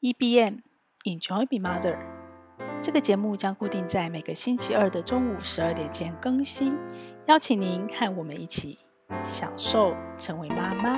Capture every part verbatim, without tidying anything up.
E B M Enjoy Be Mother 这个节目将固定在每个星期二的中午十二点前更新，邀请您和我们一起享受成为妈妈。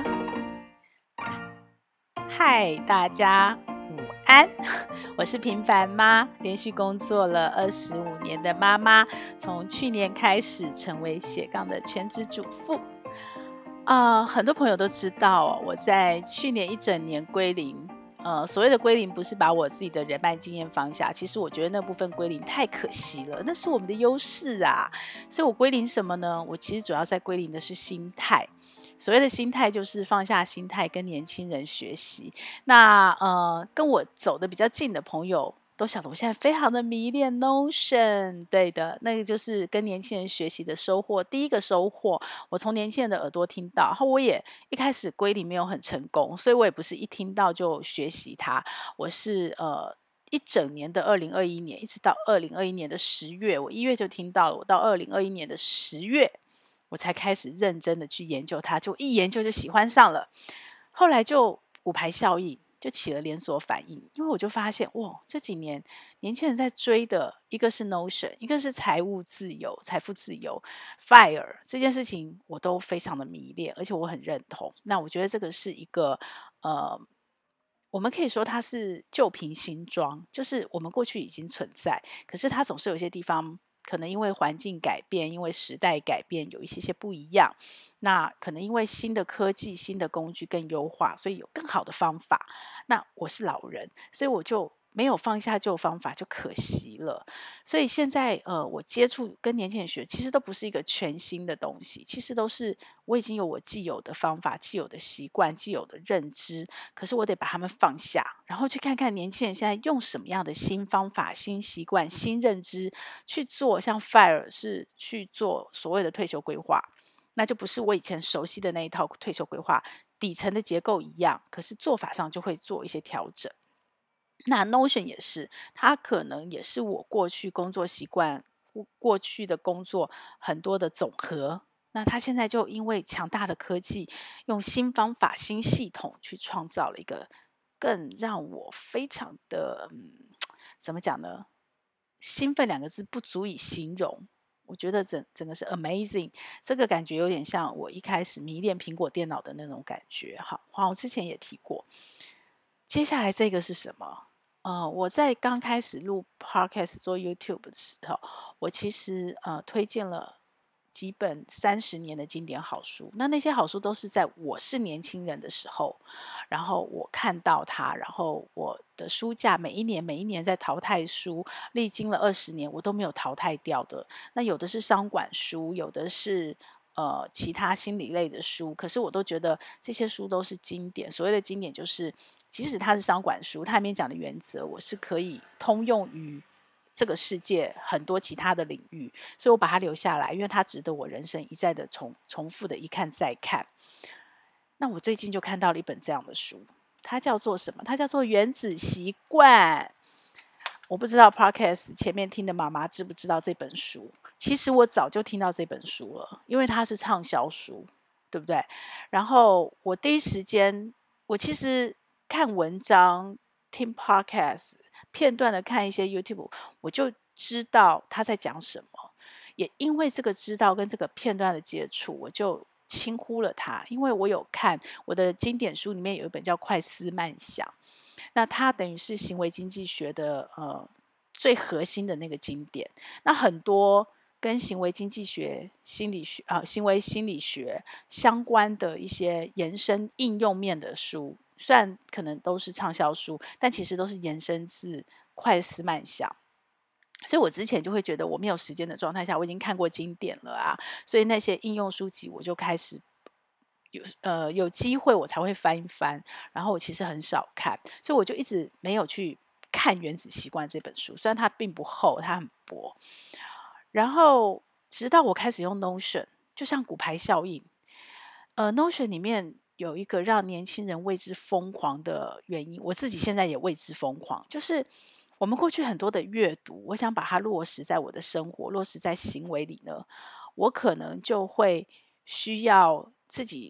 嗨，大家午安，我是平凡妈，连续工作了二十五年的妈妈，从去年开始成为斜杠的全职主妇。呃，很多朋友都知道哦，我在去年一整年归零。呃，所谓的归零不是把我自己的人脉经验放下，其实我觉得那部分归零太可惜了，那是我们的优势啊。所以我归零什么呢？我其实主要在归零的是心态。所谓的心态就是放下心态，跟年轻人学习。那呃，跟我走的比较近的朋友都晓得我现在非常的迷恋 Notion， 对的，那个就是跟年轻人学习的收获。第一个收获，我从年轻人的耳朵听到，然后我也一开始归零没有很成功，所以我也不是一听到就学习它，我是呃。一整年的二零二一年，一直到二零二一年的十月，我一月就听到了，我到二零二一年的十月，我才开始认真的去研究它，就一研究就喜欢上了。后来就骨牌效应，就起了连锁反应，因为我就发现，哇，这几年年轻人在追的，一个是 Notion， 一个是财务自由、财富自由 ，Fire 这件事情我都非常的迷恋，而且我很认同。那我觉得这个是一个呃。我们可以说它是旧瓶新装，就是我们过去已经存在，可是它总是有些地方可能因为环境改变，因为时代改变，有一些些不一样。那可能因为新的科技、新的工具更优化，所以有更好的方法。那我是老人，所以我就没有放下旧方法，就可惜了。所以现在呃，我接触跟年轻人学，其实都不是一个全新的东西，其实都是我已经有我既有的方法、既有的习惯、既有的认知，可是我得把它们放下，然后去看看年轻人现在用什么样的新方法、新习惯、新认知去做。像 Fire 是去做所谓的退休规划。那就不是我以前熟悉的那一套退休规划，底层的结构一样，可是做法上就会做一些调整。那 Notion 也是，它可能也是我过去工作习惯、过去的工作很多的总和。那它现在就因为强大的科技，用新方法、新系统去创造了一个更让我非常的，嗯，怎么讲呢？兴奋两个字不足以形容。我觉得整整个是 amazing，这个感觉有点像我一开始迷恋苹果电脑的那种感觉。好，好，我之前也提过。接下来这个是什么？呃，我在刚开始录 podcast 做 YouTube 的时候，我其实呃推荐了几本三十年的经典好书。那那些好书都是在我是年轻人的时候，然后我看到它，然后我的书架每一年每一年在淘汰书，历经了二十年，我都没有淘汰掉的。那有的是商管书，有的是呃其他心理类的书，可是我都觉得这些书都是经典。所谓的经典，就是即使它是商管书，它里面讲的原则，我是可以通用于这个世界很多其他的领域，所以我把它留下来，因为它值得我人生一再的重重复的一看再看。那我最近就看到了一本这样的书，它叫做什么？它叫做《原子习惯》。我不知道 Podcast 前面听的妈妈知不知道这本书？其实我早就听到这本书了，因为它是畅销书，对不对？然后我第一时间，我其实看文章、听 Podcast、片段的看一些 YouTube，我就知道他在讲什么。也因为这个知道跟这个片段的接触，我就轻忽了它，因为我有看我的经典书里面有一本叫《快思慢想》。那它等于是行为经济学的呃最核心的那个经典。那很多跟行为经济学、心理学啊、呃、行为心理学相关的一些延伸应用面的书，虽然可能都是畅销书，但其实都是延伸自快思慢想。所以我之前就会觉得我没有时间的状态下，我已经看过经典了啊，所以那些应用书籍我就开始有呃有机会我才会翻一翻，然后我其实很少看，所以我就一直没有去看《原子习惯》这本书，虽然它并不厚，它很薄。然后直到我开始用 Notion， 就像骨牌效应，呃，Notion 里面有一个让年轻人为之疯狂的原因，我自己现在也为之疯狂，就是我们过去很多的阅读，我想把它落实在我的生活，落实在行为里呢，我可能就会需要自己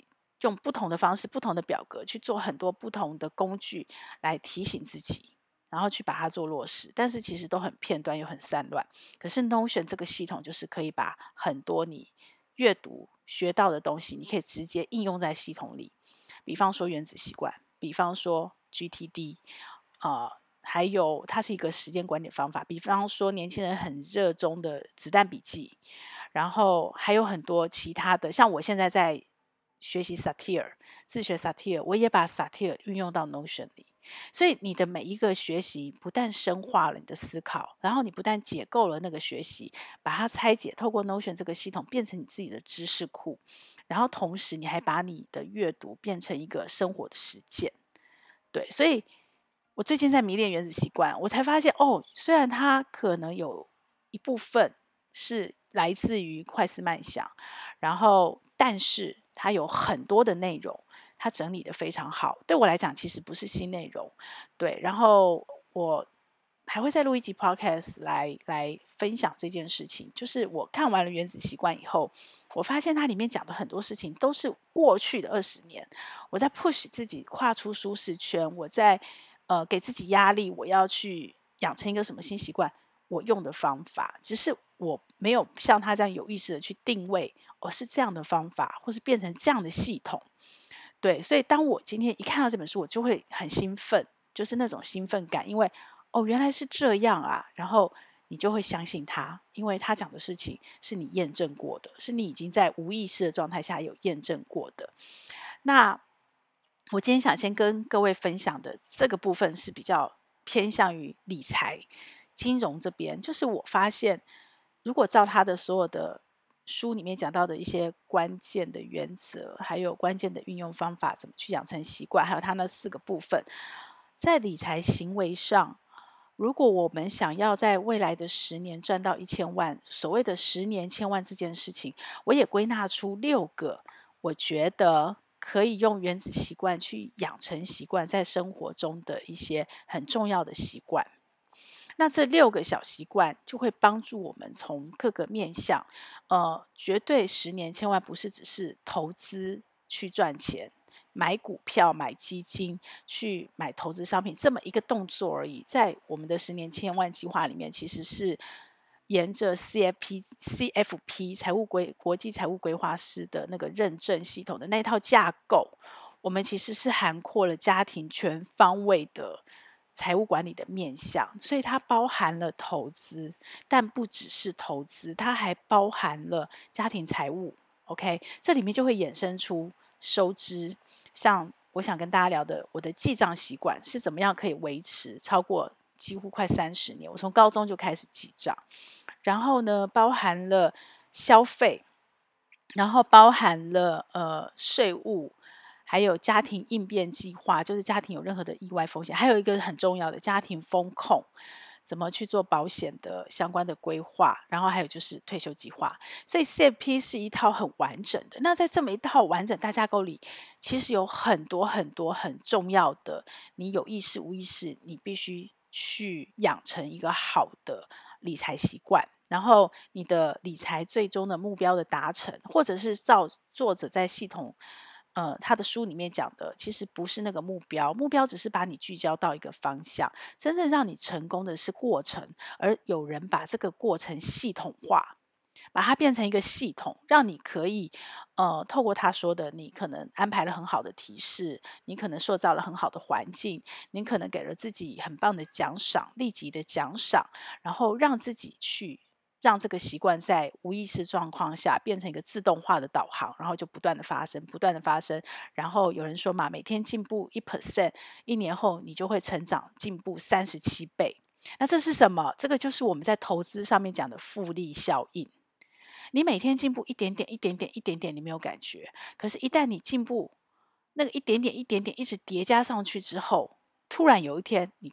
用不同的方式、不同的表格去做很多不同的工具来提醒自己，然后去把它做落实，但是其实都很片段又很散乱。可是 Notion 这个系统就是可以把很多你阅读学到的东西，你可以直接应用在系统里。比方说原子习惯，比方说 G T D， 呃，还有它是一个时间管理方法，比方说年轻人很热衷的子弹笔记，然后还有很多其他的，像我现在在学习 Satir 自学 Satir， 我也把 Satir 运用到 Notion 里。所以你的每一个学习不但深化了你的思考，然后你不但解构了那个学习，把它拆解，透过 Notion 这个系统变成你自己的知识库，然后同时你还把你的阅读变成一个生活的实践。对，所以我最近在迷恋原子习惯，我才发现哦，虽然它可能有一部分是来自于快思慢想，然后但是它有很多的内容，它整理的非常好。对我来讲，其实不是新内容，对。然后我还会再录一集 podcast 来来分享这件事情。就是我看完了《原子习惯》以后，我发现它里面讲的很多事情都是过去的二十年，我在 push 自己跨出舒适圈，我在呃给自己压力，我要去养成一个什么新习惯，我用的方法，只是我没有像他这样有意识的去定位，我、哦、是这样的方法，或是变成这样的系统。对，所以当我今天一看到这本书，我就会很兴奋，就是那种兴奋感，因为哦原来是这样啊，然后你就会相信他，因为他讲的事情是你验证过的，是你已经在无意识的状态下有验证过的。那我今天想先跟各位分享的这个部分是比较偏向于理财、金融这边，就是我发现，如果照他的所有的书里面讲到的一些关键的原则，还有关键的运用方法，怎么去养成习惯，还有他那四个部分，在理财行为上，如果我们想要在未来的十年赚到一千万，所谓的十年千万这件事情，我也归纳出六个，我觉得可以用原子习惯去养成习惯，在生活中的一些很重要的习惯。那这六个小习惯就会帮助我们从各个面向，呃，绝对十年千万不是只是投资去赚钱，买股票、买基金、去买投资商品这么一个动作而已。在我们的十年千万计划里面，其实是沿着 C F P C F P 财务规国际财务规划师的那个认证系统的那套架构，我们其实是涵括了家庭全方位的财务管理的面向，所以它包含了投资，但不只是投资，它还包含了家庭财务。OK， 这里面就会衍生出收支，像我想跟大家聊的，我的记账习惯是怎么样可以维持超过几乎快三十年，我从高中就开始记账，然后呢，包含了消费，然后包含了呃税务，还有家庭应变计划，就是家庭有任何的意外风险，还有一个很重要的家庭风控，怎么去做保险的相关的规划，然后还有就是退休计划。所以 C F P 是一套很完整的。那在这么一套完整大架构里，其实有很多很多很重要的，你有意识无意识，你必须去养成一个好的理财习惯。然后你的理财最终的目标的达成，或者是照作者在系统呃他的书里面讲的，其实不是那个目标，目标只是把你聚焦到一个方向，真正让你成功的是过程，而有人把这个过程系统化，把它变成一个系统，让你可以呃透过他说的，你可能安排了很好的提示，你可能塑造了很好的环境，你可能给了自己很棒的奖赏，立即的奖赏，然后让自己去让这个习惯在无意识状况下变成一个自动化的导航，然后就不断的发生，不断的发生。然后有人说嘛，每天进步一 percent， 一年后你就会成长进步三十七倍。那这是什么？这个就是我们在投资上面讲的复利效应。你每天进步一点点、一点点、一点点，你没有感觉。可是，一旦你进步那个一点点、一点点一直叠加上去之后，突然有一天你就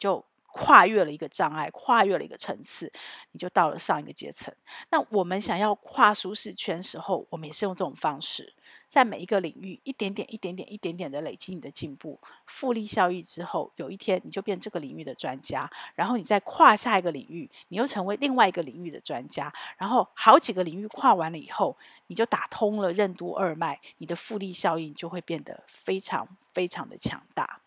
跨越了一个障碍，跨越了一个层次，你就到了上一个阶层。那我们想要跨舒适圈时候，我们也是用这种方式，在每一个领域一点点、一点点、一点点的累积你的进步，复利效益之后，有一天你就变这个领域的专家，然后你再跨下一个领域，你又成为另外一个领域的专家，然后好几个领域跨完了以后，你就打通了任督二脉，你的复利效应就会变得非常非常的强大。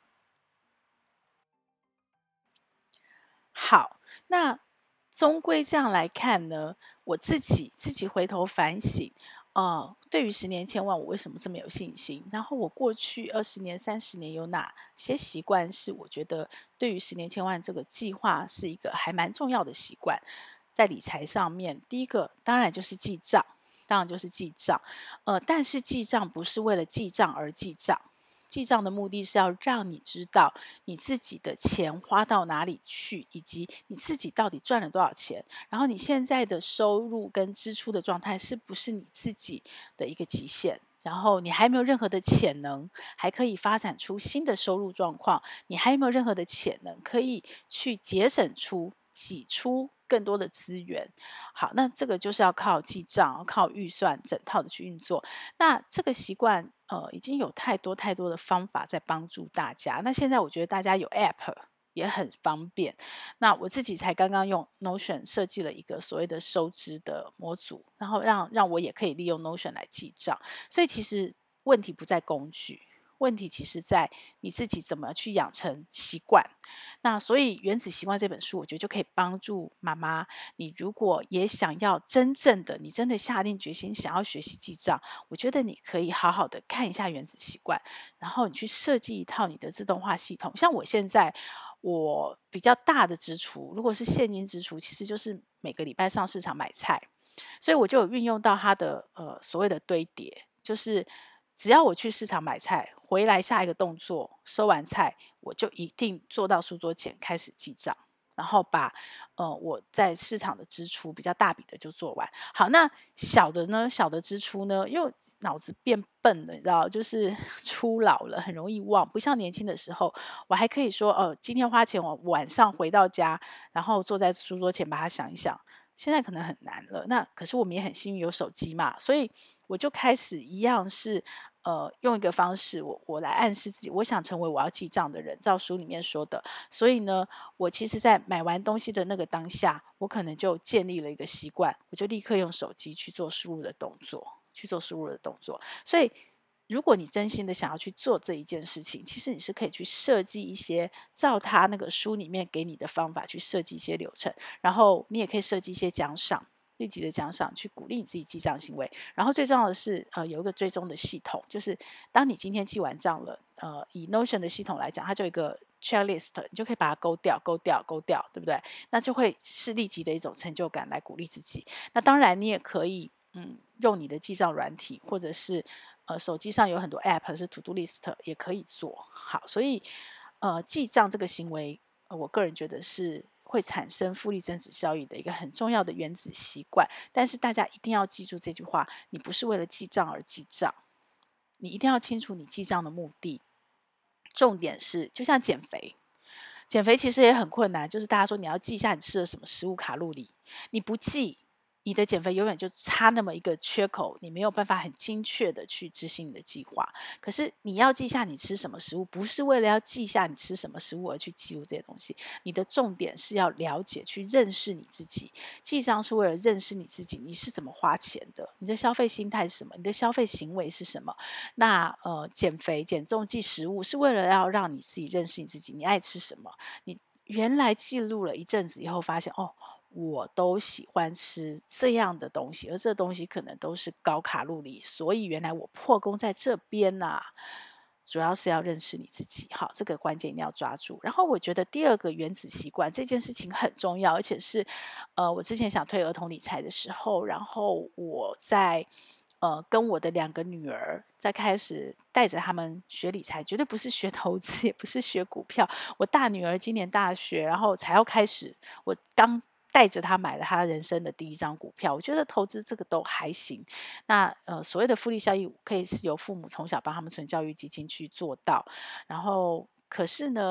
好，那终归这样来看呢，我自己自己回头反省，呃，对于十年千万，我为什么这么有信心？然后我过去二十年、三十年有哪些习惯是我觉得对于十年千万这个计划是一个还蛮重要的习惯，在理财上面，第一个当然就是记账，当然就是记账，呃，但是记账不是为了记账而记账。记账的目的是要让你知道你自己的钱花到哪里去，以及你自己到底赚了多少钱，然后你现在的收入跟支出的状态是不是你自己的一个极限，然后你还没有任何的潜能还可以发展出新的收入状况，你还有没有任何的潜能可以去节省出挤出更多的资源。好，那这个就是要靠记账，靠预算整套的去运作。那这个习惯呃，已经有太多太多的方法在帮助大家。那现在我觉得大家有 App 也很方便。那我自己才刚刚用 Notion 设计了一个所谓的收支的模组，然后让让我也可以利用 Notion 来记账。所以其实问题不在工具，问题其实在你自己怎么去养成习惯。那所以《原子习惯》这本书，我觉得就可以帮助妈妈。你如果也想要真正的，你真的下定决心想要学习记账，我觉得你可以好好的看一下《原子习惯》，然后你去设计一套你的自动化系统。像我现在，我比较大的支出，如果是现金支出，其实就是每个礼拜上市场买菜，所以我就有运用到它的呃所谓的堆叠，就是只要我去市场买菜，回来下一个动作收完菜，我就一定坐到书桌前开始记账，然后把呃我在市场的支出比较大笔的就做完。好，那小的呢，小的支出呢，因为脑子变笨了，你知道，就是初老了，很容易忘，不像年轻的时候，我还可以说，哦、今天花钱，我晚上回到家，然后坐在书桌前把它想一想。现在可能很难了，那可是我们也很幸运有手机嘛，所以我就开始一样是呃用一个方式，我我来暗示自己，我想成为我要记账的人，照书里面说的。所以呢，我其实在买完东西的那个当下，我可能就建立了一个习惯，我就立刻用手机去做输入的动作，去做输入的动作。所以如果你真心的想要去做这一件事情，其实你是可以去设计一些照他那个书里面给你的方法去设计一些流程，然后你也可以设计一些奖赏。立即的奖赏去鼓励你自己记账行为，然后最重要的是，呃，有一个追踪的系统，就是当你今天记完账了，呃，以 Notion 的系统来讲，它就有一个 checklist，你就可以把它勾掉、勾掉、勾掉，对不对？那就会是立即的一种成就感来鼓励自己。那当然，你也可以，嗯，用你的记账软体，或者是呃手机上有很多 app 是 To Do List 也可以做好。所以，呃，记账这个行为，呃，我个人觉得是会产生复利增值效益的一个很重要的原子习惯。但是大家一定要记住这句话：你不是为了记账而记账，你一定要清楚你记账的目的。重点是，就像减肥，减肥其实也很困难，就是大家说你要记一下你吃了什么食物卡路里，你不记，你的减肥永远就差那么一个缺口，你没有办法很精确的去执行你的计划。可是你要记下你吃什么食物，不是为了要记下你吃什么食物而去记录这些东西，你的重点是要了解、去认识你自己。记账是为了认识你自己，你是怎么花钱的，你的消费心态是什么，你的消费行为是什么。那呃，减肥、减重、记食物是为了要让你自己认识你自己，你爱吃什么，你原来记录了一阵子以后，发现哦，我都喜欢吃这样的东西，而这东西可能都是高卡路里，所以原来我破功在这边呐、主要是要认识你自己，好，这个关键一定要抓住。然后我觉得第二个原子习惯这件事情很重要，而且是呃，我之前想推儿童理财的时候，然后我在呃跟我的两个女儿在开始带着他们学理财，绝对不是学投资，也不是学股票。我大女儿今年大学，然后才要开始，我刚带着她买了她人生的第一张股票。我觉得投资这个都还行。那呃，所谓的复利效益，可以是由父母从小帮他们存教育基金去做到。然后，可是呢，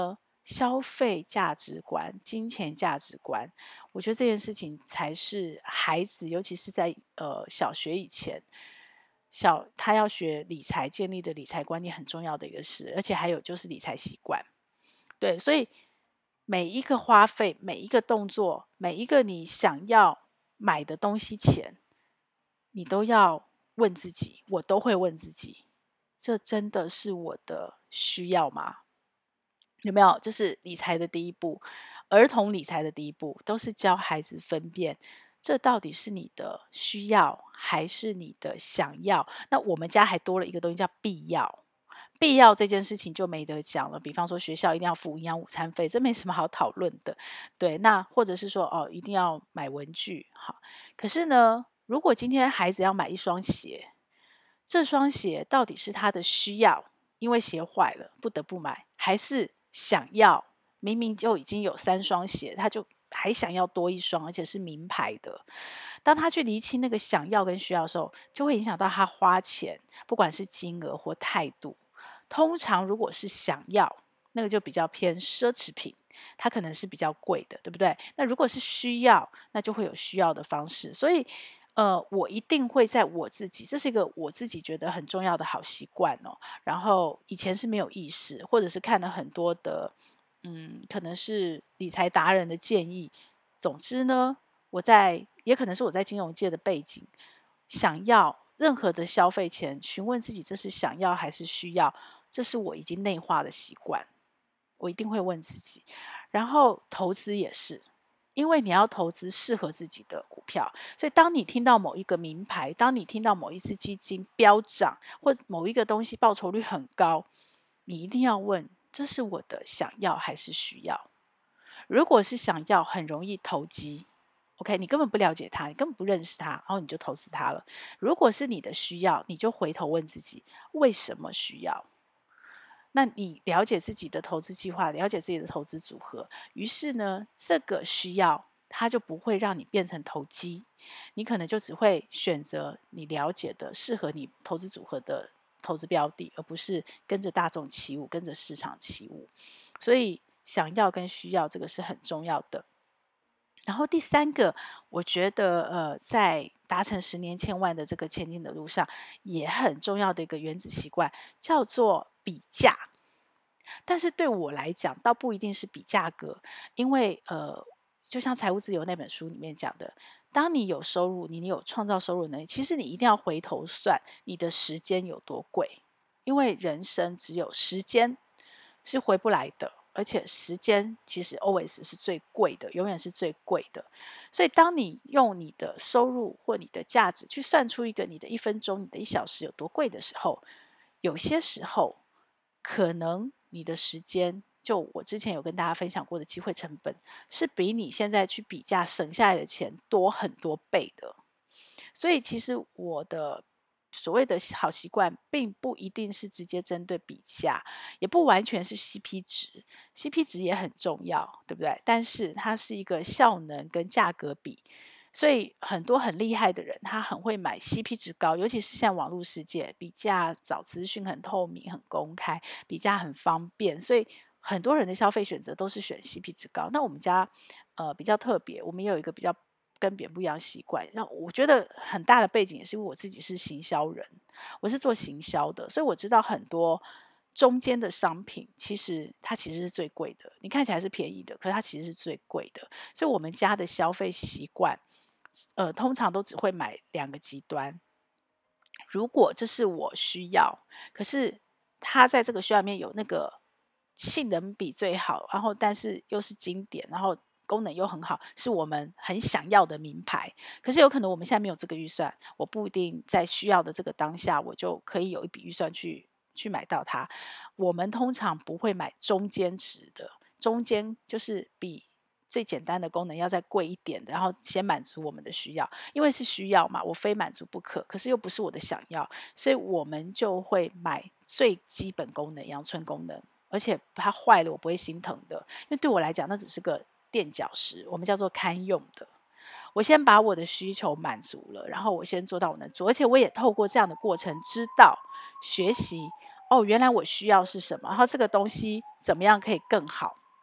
消费价值观、金钱价值观，我觉得这件事情才是孩子，尤其是在呃小学以前，小他要学理财，建立的理财观念很重要的一个事，而且还有就是理财习惯。对，所以每一个花费、每一个动作、每一个你想要买的东西前，你都要问自己，我都会问自己，这真的是我的需要吗？有没有？就是理财的第一步，儿童理财的第一步，都是教孩子分辨，这到底是你的需要还是你的想要？那我们家还多了一个东西叫必要。必要这件事情就没得讲了，比方说学校一定要付营养午餐费，这没什么好讨论的。对，那或者是说哦，一定要买文具，好。可是呢，如果今天孩子要买一双鞋，这双鞋到底是他的需要，因为鞋坏了不得不买，还是想要？明明就已经有三双鞋，他就还想要多一双，而且是名牌的。当他去厘清那个想要跟需要的时候，就会影响到他花钱，不管是金额或态度。通常如果是想要，那个就比较偏奢侈品，它可能是比较贵的，对不对？那如果是需要，那就会有需要的方式。所以，呃，我一定会在我自己，这是一个我自己觉得很重要的好习惯哦。然后以前是没有意识，或者是看了很多的，嗯，可能是理财达人的建议。总之呢，我在也可能是我在金融界的背景，想要任何的消费前，询问自己这是想要还是需要，这是我已经内化的习惯，我一定会问自己。然后投资也是，因为你要投资适合自己的股票，所以当你听到某一个名牌，当你听到某一次基金飙涨，或某一个东西报酬率很高，你一定要问，这是我的想要还是需要？如果是想要，很容易投机。OK，你根本不了解他，你根本不认识他，然后你就投资他了。如果是你的需要，你就回头问自己，为什么需要？那你了解自己的投资计划，了解自己的投资组合，于是呢，这个需要它就不会让你变成投机，你可能就只会选择你了解的适合你投资组合的投资标的，而不是跟着大众起舞，跟着市场起舞。所以想要跟需要这个是很重要的。然后第三个，我觉得呃，在达成十年千万的这个前进的路上，也很重要的一个原子习惯，叫做比价。但是对我来讲，倒不一定是比价格，因为呃，就像《财务自由》那本书里面讲的，当你有收入，你有创造收入能力，其实你一定要回头算你的时间有多贵，因为人生只有时间是回不来的。而且时间其实 always 是最贵的，永远是最贵的。所以当你用你的收入或你的价值去算出一个你的一分钟、你的一小时有多贵的时候，有些时候可能你的时间，就我之前有跟大家分享过的机会成本，是比你现在去比价省下来的钱多很多倍的。所以其实我的所谓的好习惯，并不一定是直接针对比价，也不完全是 C P 值，C P 值也很重要，对不对？但是它是一个效能跟价格比。所以很多很厉害的人，他很会买 C P 值高，尤其是像网络世界，比价找资讯很透明、很公开，比价很方便，所以很多人的消费选择都是选 C P 值高。那我们家呃比较特别，我们也有一个比较跟别人不一样的习惯。那我觉得很大的背景也是因为我自己是行销人，我是做行销的，所以我知道很多中间的商品，其实它其实是最贵的。你看起来是便宜的，可是它其实是最贵的。所以我们家的消费习惯，呃，通常都只会买两个极端。如果这是我需要，可是它在这个需要里面有那个性能比最好，然后但是又是经典，然后功能又很好，是我们很想要的名牌。可是有可能我们现在没有这个预算，我不一定在需要的这个当下，我就可以有一笔预算去去买到它。我们通常不会买中间值的，中间就是比最简单的功能要再贵一点的，然后先满足我们的需要，因为是需要嘛，我非满足不可，可是又不是我的想要，所以我们就会买最基本功能、阳春功能，而且它坏了我不会心疼的，因为对我来讲那只是个垫脚石，我们叫做堪用的。我先把我的需求满足了，然后我先做到我能做，而且我也透过这样的过程知道学习哦，原来我需要是什么，然后这个东西怎么样可以更好。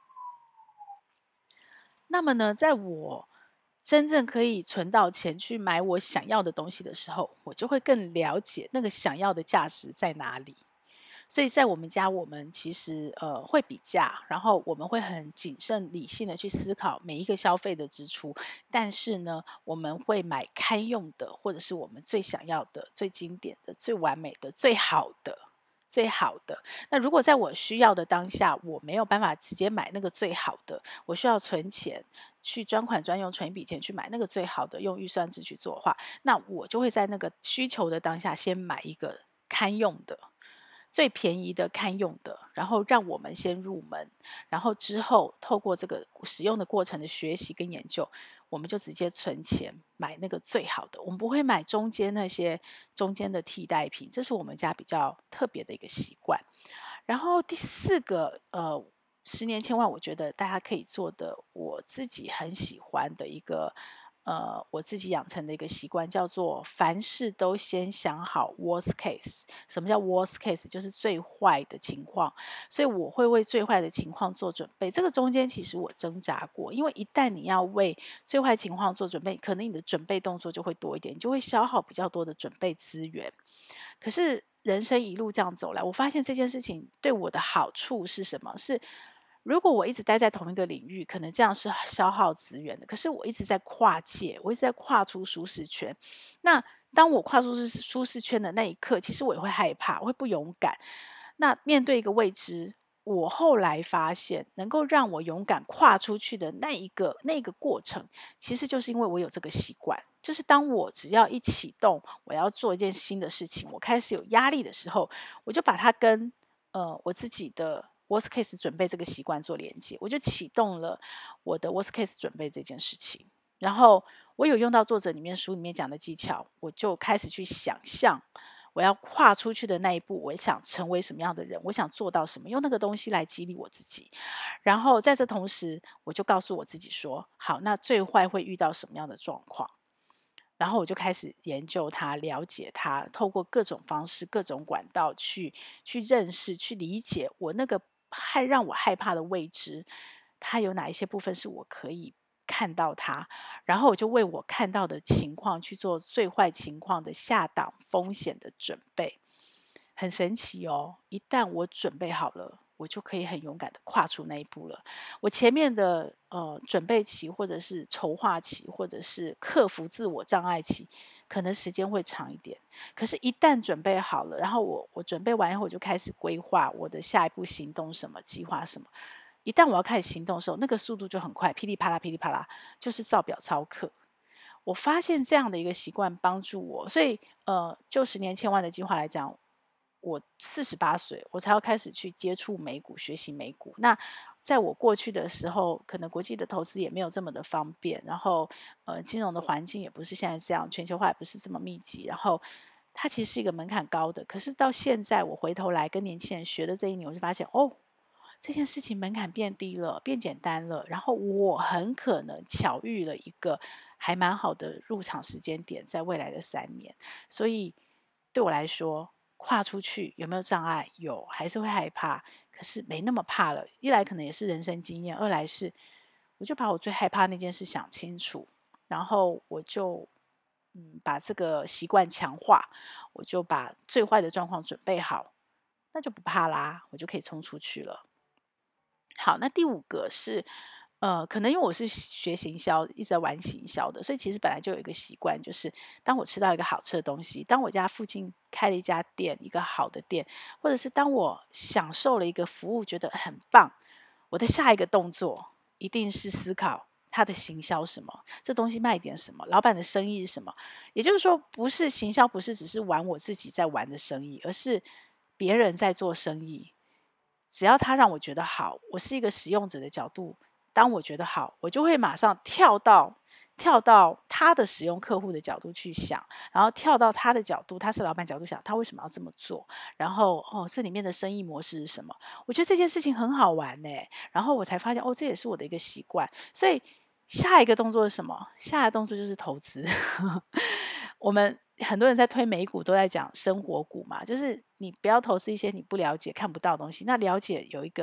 那么呢，在我真正可以存到钱去买我想要的东西的时候，我就会更了解那个想要的价值在哪里。所以在我们家，我们其实呃会比价，然后我们会很谨慎理性的去思考每一个消费的支出，但是呢，我们会买堪用的，或者是我们最想要的、最经典的、最完美的、最好的。最好的。那如果在我需要的当下，我没有办法直接买那个最好的，我需要存钱去专款专用存一笔钱去买那个最好的，用预算制去做的话，那我就会在那个需求的当下先买一个堪用的。最便宜的堪用的，然后让我们先入门，然后之后透过这个使用的过程的学习跟研究，我们就直接存钱买那个最好的，我们不会买中间那些中间的替代品，这是我们家比较特别的一个习惯。然后第四个，呃，十年千万，我觉得大家可以做的，我自己很喜欢的一个。呃，我自己养成的一个习惯叫做凡事都先想好 worst case。什么叫 worst case？就是最坏的情况，所以我会为最坏的情况做准备。这个中间其实我挣扎过，因为一旦你要为最坏情况做准备，可能你的准备动作就会多一点，你就会消耗比较多的准备资源。可是人生一路这样走来，我发现这件事情对我的好处是什么？是如果我一直待在同一个领域，可能这样是消耗资源的。可是我一直在跨界，我一直在跨出舒适圈。那当我跨出舒适圈的那一刻，其实我也会害怕，我会不勇敢。那面对一个未知，我后来发现，能够让我勇敢跨出去的那一个那个过程，其实就是因为我有这个习惯。就是当我只要一启动，我要做一件新的事情，我开始有压力的时候，我就把它跟呃我自己的 worst case 准备这个习惯做连接，我就启动了我的 worst case 准备这件事情。然后我有用到作者里面书里面讲的技巧，我就开始去想象我要跨出去的那一步，我想成为什么样的人，我想做到什么，用那个东西来激励我自己。然后在这同时，我就告诉我自己说，好，那最坏会遇到什么样的状况？然后我就开始研究它，了解它，透过各种方式、各种管道去去认识、去理解我那个害让我害怕的未知，它有哪一些部分是我可以看到它，然后我就为我看到的情况去做最坏情况的下档风险的准备。很神奇哦！一旦我准备好了，我就可以很勇敢的跨出那一步了。我前面的呃准备期，或者是筹划期，或者是克服自我障碍期，可能时间会长一点。可是，一旦准备好了，然后我我准备完以后，我就开始规划我的下一步行动什么，计划什么。一旦我要开始行动的时候，那个速度就很快，噼里啪啦，噼里啪啦，就是照表操课。我发现这样的一个习惯帮助我，所以呃，就十年千万的计划来讲，我四十八岁，我才要开始去接触美股，学习美股。那在我过去的时候，可能国际的投资也没有这么的方便，然后呃，金融的环境也不是现在这样，全球化也不是这么密集，然后它其实是一个门槛高的。可是到现在，我回头来跟年轻人学的这一年，我就发现哦。这件事情门槛变低了，变简单了，然后我很可能巧遇了一个还蛮好的入场时间点，在未来的三年。所以对我来说，跨出去有没有障碍？有，还是会害怕，可是没那么怕了。一来可能也是人生经验，二来是我就把我最害怕那件事想清楚，然后我就嗯把这个习惯强化，我就把最坏的状况准备好，那就不怕啦，我就可以冲出去了。好，那第五个是，呃，可能因为我是学行销，一直在玩行销的，所以其实本来就有一个习惯，就是当我吃到一个好吃的东西，当我家附近开了一家店，一个好的店，或者是当我享受了一个服务，觉得很棒，我的下一个动作一定是思考它的行销什么，这东西卖点什么，老板的生意是什么。也就是说，不是行销，不是只是玩我自己在玩的生意，而是别人在做生意。只要他让我觉得好，我是一个使用者的角度，当我觉得好，我就会马上跳到跳到他的使用客户的角度去想，然后跳到他的角度，他是老板角度想，他为什么要这么做？然后哦，这里面的生意模式是什么？我觉得这件事情很好玩呢。然后我才发现，哦，这也是我的一个习惯。所以下一个动作是什么？下一个动作就是投资。我们很多人在推美股，都在讲生活股嘛，就是你不要投资一些你不了解、看不到的东西。那了解有一个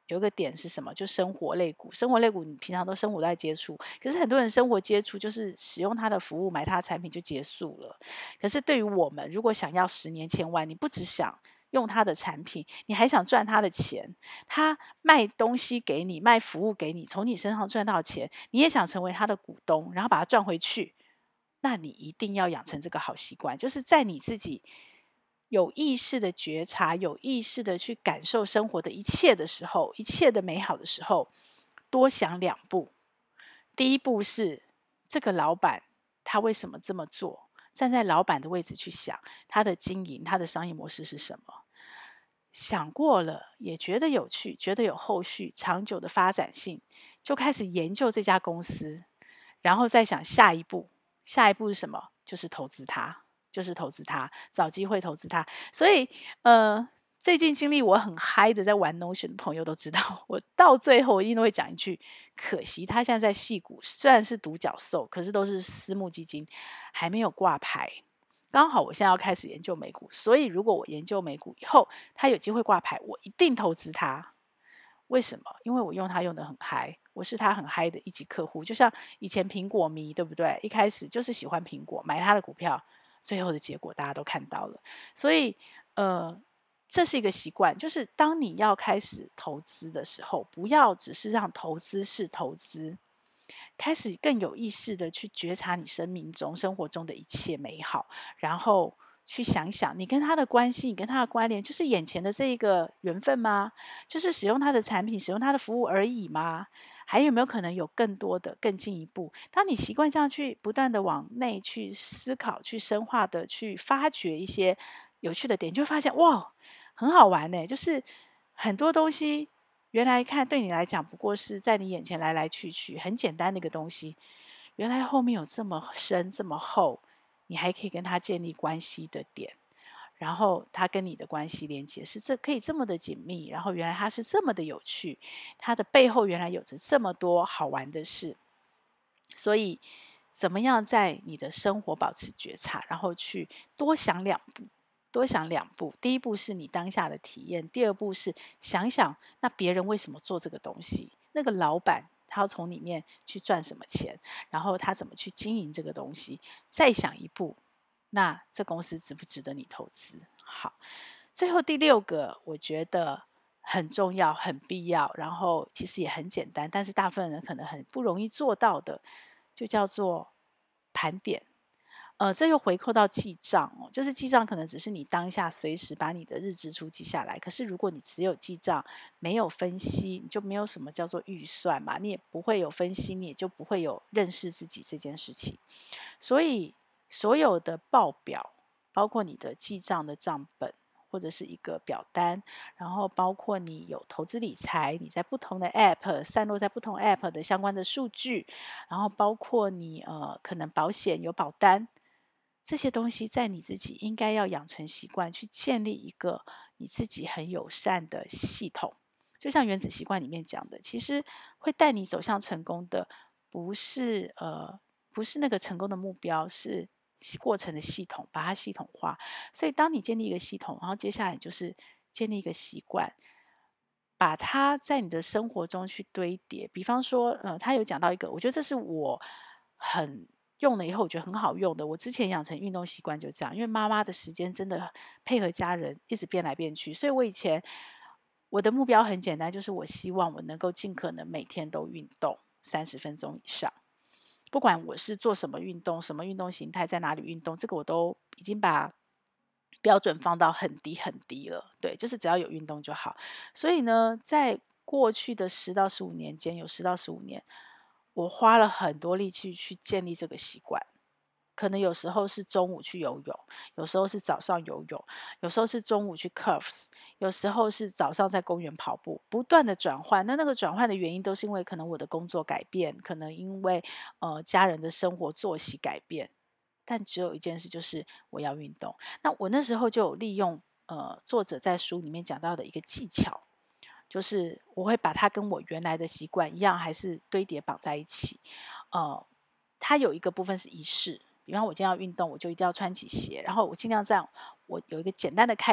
有一个点是什么？就生活类股，生活类股你平常都生活在接触，可是很多人生活接触就是使用他的服务、买他的产品就结束了。可是对于我们，如果想要十年千万，你不只想用他的产品，你还想赚他的钱，他卖东西给你，卖服务给你，从你身上赚到钱，你也想成为他的股东，然后把它赚回去，那你一定要养成这个好习惯，就是在你自己有意识的觉察、有意识的去感受生活的一切的时候，一切的美好的时候，多想两步。第一步是这个老板他为什么这么做？站在老板的位置去想，他的经营、他的商业模式是什么？想过了，也觉得有趣，觉得有后续、长久的发展性，就开始研究这家公司，然后再想下一步。下一步是什么？就是投资它，就是投资它，找机会投资它。所以，呃，最近经历我很嗨的在玩 Notion 的朋友都知道，我到最后一定都会讲一句：可惜他现在在矽谷，虽然是独角兽，可是都是私募基金，还没有挂牌。刚好我现在要开始研究美股，所以如果我研究美股以后，它有机会挂牌，我一定投资它。为什么？因为我用它用的很嗨，我是它很嗨的一级客户。就像以前苹果迷，对不对？一开始就是喜欢苹果，买它的股票，最后的结果大家都看到了。所以，呃，这是一个习惯，就是当你要开始投资的时候，不要只是让投资是投资，开始更有意识的去觉察你生命中、生活中的一切美好，然后去想想你跟他的关系，你跟他的关联，就是眼前的这一个缘分吗？就是使用他的产品、使用他的服务而已吗？还有没有可能有更多的、更进一步？当你习惯这样去不断的往内去思考、去深化的去发掘一些有趣的点，你就会发现哇，很好玩呢、就是很多东西。原来看对你来讲不过是在你眼前来来去去很简单的一个东西，原来后面有这么深这么厚，你还可以跟他建立关系的点，然后他跟你的关系连接是这可以这么的紧密，然后原来他是这么的有趣，他的背后原来有着这么多好玩的事，所以怎么样在你的生活保持觉察，然后去多想两步。多想两步，第一步是你当下的体验，第二步是想想那别人为什么做这个东西，那个老板他要从里面去赚什么钱，然后他怎么去经营这个东西，再想一步，那这公司值不值得你投资？好，最后第六个，我觉得很重要、很必要，然后其实也很简单，但是大部分人可能很不容易做到的，就叫做盘点。呃，这又回扣到记账哦，就是记账可能只是你当下随时把你的日支出记下来，可是如果你只有记账，没有分析，你就没有什么叫做预算嘛，你也不会有分析，你也就不会有认识自己这件事情。所以所有的报表，包括你的记账的账本，或者是一个表单，然后包括你有投资理财，你在不同的 App 散落在不同 App 的相关的数据，然后包括你呃可能保险有保单，这些东西在你自己应该要养成习惯，去建立一个你自己很友善的系统。就像原子习惯里面讲的，其实会带你走向成功的，不是呃不是那个成功的目标，是过程的系统，把它系统化。所以当你建立一个系统，然后接下来就是建立一个习惯，把它在你的生活中去堆叠。比方说，呃，他有讲到一个，我觉得这是我很用了以后我觉得很好用的。我之前养成运动习惯就这样，因为妈妈的时间真的配合家人一直变来变去，所以我以前我的目标很简单，就是我希望我能够尽可能每天都运动三十分钟以上。不管我是做什么运动，什么运动形态，在哪里运动，这个我都已经把标准放到很低很低了。对，就是只要有运动就好。所以呢，在过去的十到十五年间，有十到十五年，我花了很多力气去建立这个习惯。可能有时候是中午去游泳，有时候是早上游泳，有时候是中午去 curves，有时候是早上在公园跑步，不断的转换。那那个转换的原因都是因为可能我的工作改变，可能因为呃家人的生活作息改变，但只有一件事就是我要运动。那我那时候就有利用呃作者在书里面讲到的一个技巧，就是我会把它跟我原来的习惯一样，还是堆叠绑在一起。呃，它有一个部分是仪式，比方我今天要运动，我就一定要穿起鞋，然后我尽量这样，我有一个简单的开始，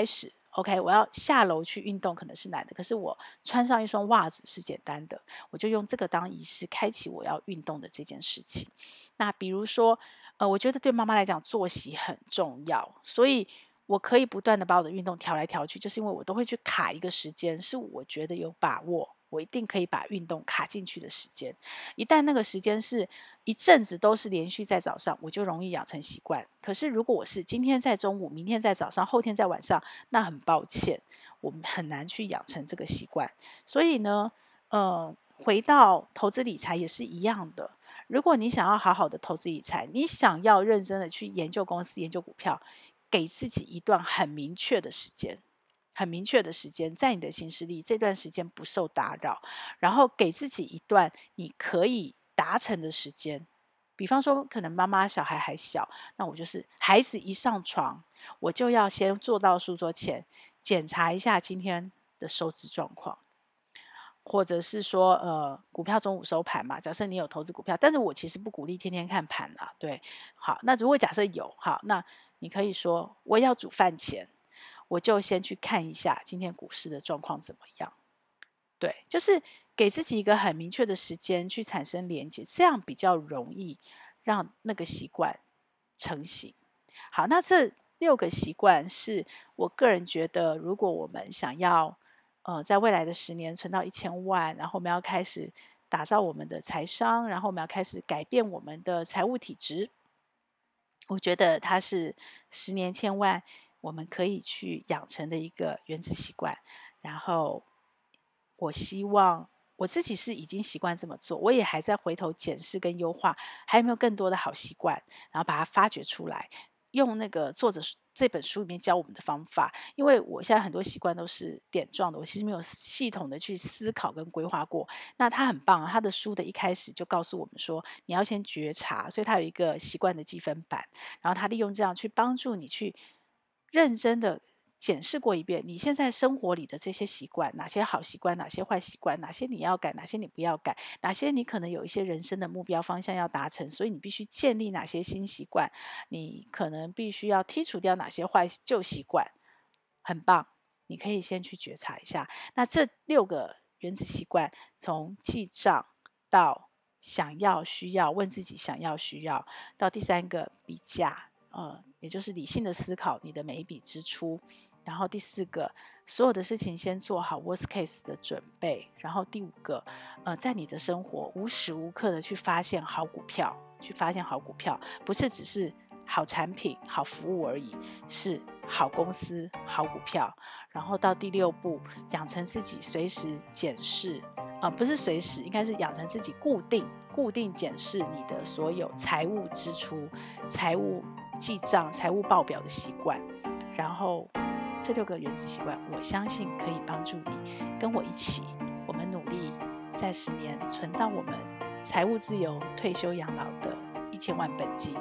OK， 我要下楼去运动可能是难的，可是我穿上一双袜子是简单的，我就用这个当仪式，开启我要运动的这件事情。那比如说，呃，我觉得对妈妈来讲，作息很重要，所以我可以不断的把我的运动调来调去，就是因为我都会去卡一个时间，是我觉得有把握，我一定可以把运动卡进去的时间。一旦那个时间是一阵子都是连续在早上，我就容易养成习惯。可是如果我是今天在中午，明天在早上，后天在晚上，那很抱歉，我们很难去养成这个习惯。所以呢，呃，回到投资理财也是一样的。如果你想要好好的投资理财，你想要认真的去研究公司、研究股票，给自己一段很明确的时间。很明确的时间，在你的行事历这段时间不受打扰，然后给自己一段你可以达成的时间。比方说，可能妈妈小孩还小，那我就是孩子一上床，我就要先坐到书桌前，检查一下今天的收支状况，或者是说，呃，股票中午收盘嘛。假设你有投资股票，但是我其实不鼓励天天看盘啦，对。好，那如果假设有，好，那你可以说，我要煮饭前，我就先去看一下今天股市的状况怎么样。对，就是给自己一个很明确的时间去产生连结，这样比较容易让那个习惯成型。好，那这六个习惯是我个人觉得，如果我们想要呃在未来的十年存到一千万，然后我们要开始打造我们的财商，然后我们要开始改变我们的财务体质，我觉得它是十年千万我们可以去养成的一个原子习惯。然后我希望我自己是已经习惯这么做，我也还在回头检视跟优化，还有没有更多的好习惯，然后把它发掘出来，用那个作者这本书里面教我们的方法。因为我现在很多习惯都是点状的，我其实没有系统的去思考跟规划过。那他很棒，他的书的一开始就告诉我们说，你要先觉察，所以他有一个习惯的积分板，然后他利用这样去帮助你去认真的检视过一遍你现在生活里的这些习惯，哪些好习惯，哪些坏习惯，哪些你要改，哪些你不要改，哪些你可能有一些人生的目标方向要达成，所以你必须建立哪些新习惯，你可能必须要剔除掉哪些坏旧习惯。很棒，你可以先去觉察一下。那这六个原子习惯，从记账到想要需要，问自己想要需要，到第三个比价，呃，也就是理性的思考你的每一笔支出。然后第四个，所有的事情先做好 worst case 的准备。然后第五个，呃，在你的生活无时无刻的去发现好股票，去发现好股票，不是只是好产品、好服务而已，是好公司、好股票。然后到第六步，养成自己随时检视，呃，不是随时，应该是养成自己固定、固定检视你的所有财务支出、财务记账、财务报表的习惯。然后这六个原子习惯，我相信可以帮助你跟我一起，我们努力在十年存到我们财务自由、退休养老的一千万本金，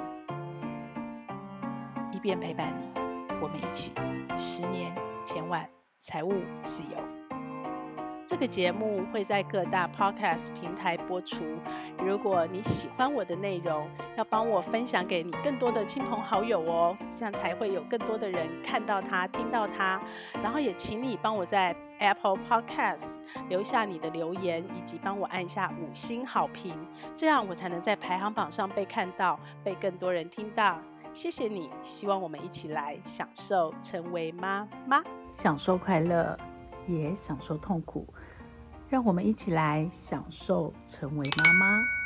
一边陪伴你，我们一起十年千万财务自由。这个节目会在各大 podcast 平台播出。如果你喜欢我的内容，要帮我分享给你更多的亲朋好友哦，这样才会有更多的人看到它、听到它。然后也请你帮我在 Apple Podcast 留下你的留言，以及帮我按下五星好评，这样我才能在排行榜上被看到，被更多人听到。谢谢你，希望我们一起来享受成为妈妈，享受快乐，也享受痛苦。让我们一起来享受成为妈妈。